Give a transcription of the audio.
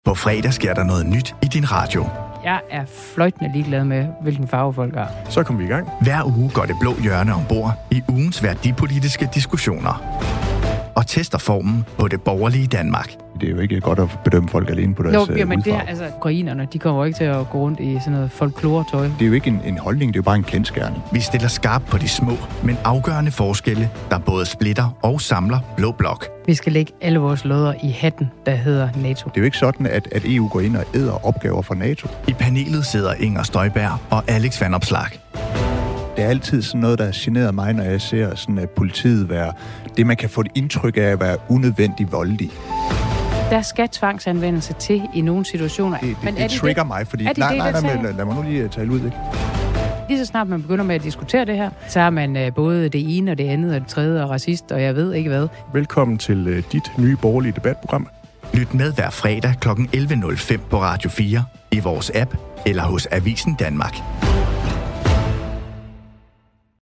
På fredag sker der noget nyt i din radio. Jeg er fløjtende ligeglad med, hvilken farve folk har. Så kommer vi i gang. Hver uge går det blå hjørne ombord i ugens værdipolitiske diskussioner. Og tester formen på det borgerlige Danmark. Det er jo ikke godt at bedømme folk alene på deres men det hudfarve. er, ukrainerne, de kommer jo ikke til at gå rundt i sådan noget folkloretøj. Det er jo ikke en holdning, det er jo bare en kendsgerning. Vi stiller skarpt på de små, men afgørende forskelle, der både splitter og samler blå blok. Vi skal lægge alle vores lodder i hatten, der hedder NATO. Det er jo ikke sådan, at EU går ind og æder opgaver fra NATO. I panelet sidder Inger Støjberg og Alex Vanopslagh. Det er altid sådan noget, der generer mig, når jeg ser sådan, at politiet være det, man kan få et indtryk af at være unødvendigt voldelige. Der skal tvangsanvendelse til i nogle situationer. Det trigger mig, fordi lad mig nu lige tale ud, ikke? Lige så snart man begynder med at diskutere det her, så har man både det ene og det andet og det tredje og racist, og jeg ved ikke hvad. Velkommen til dit nye borgerlige debatprogram. Lyt med hver fredag kl. 11.05 på Radio 4, i vores app eller hos Avisen Danmark.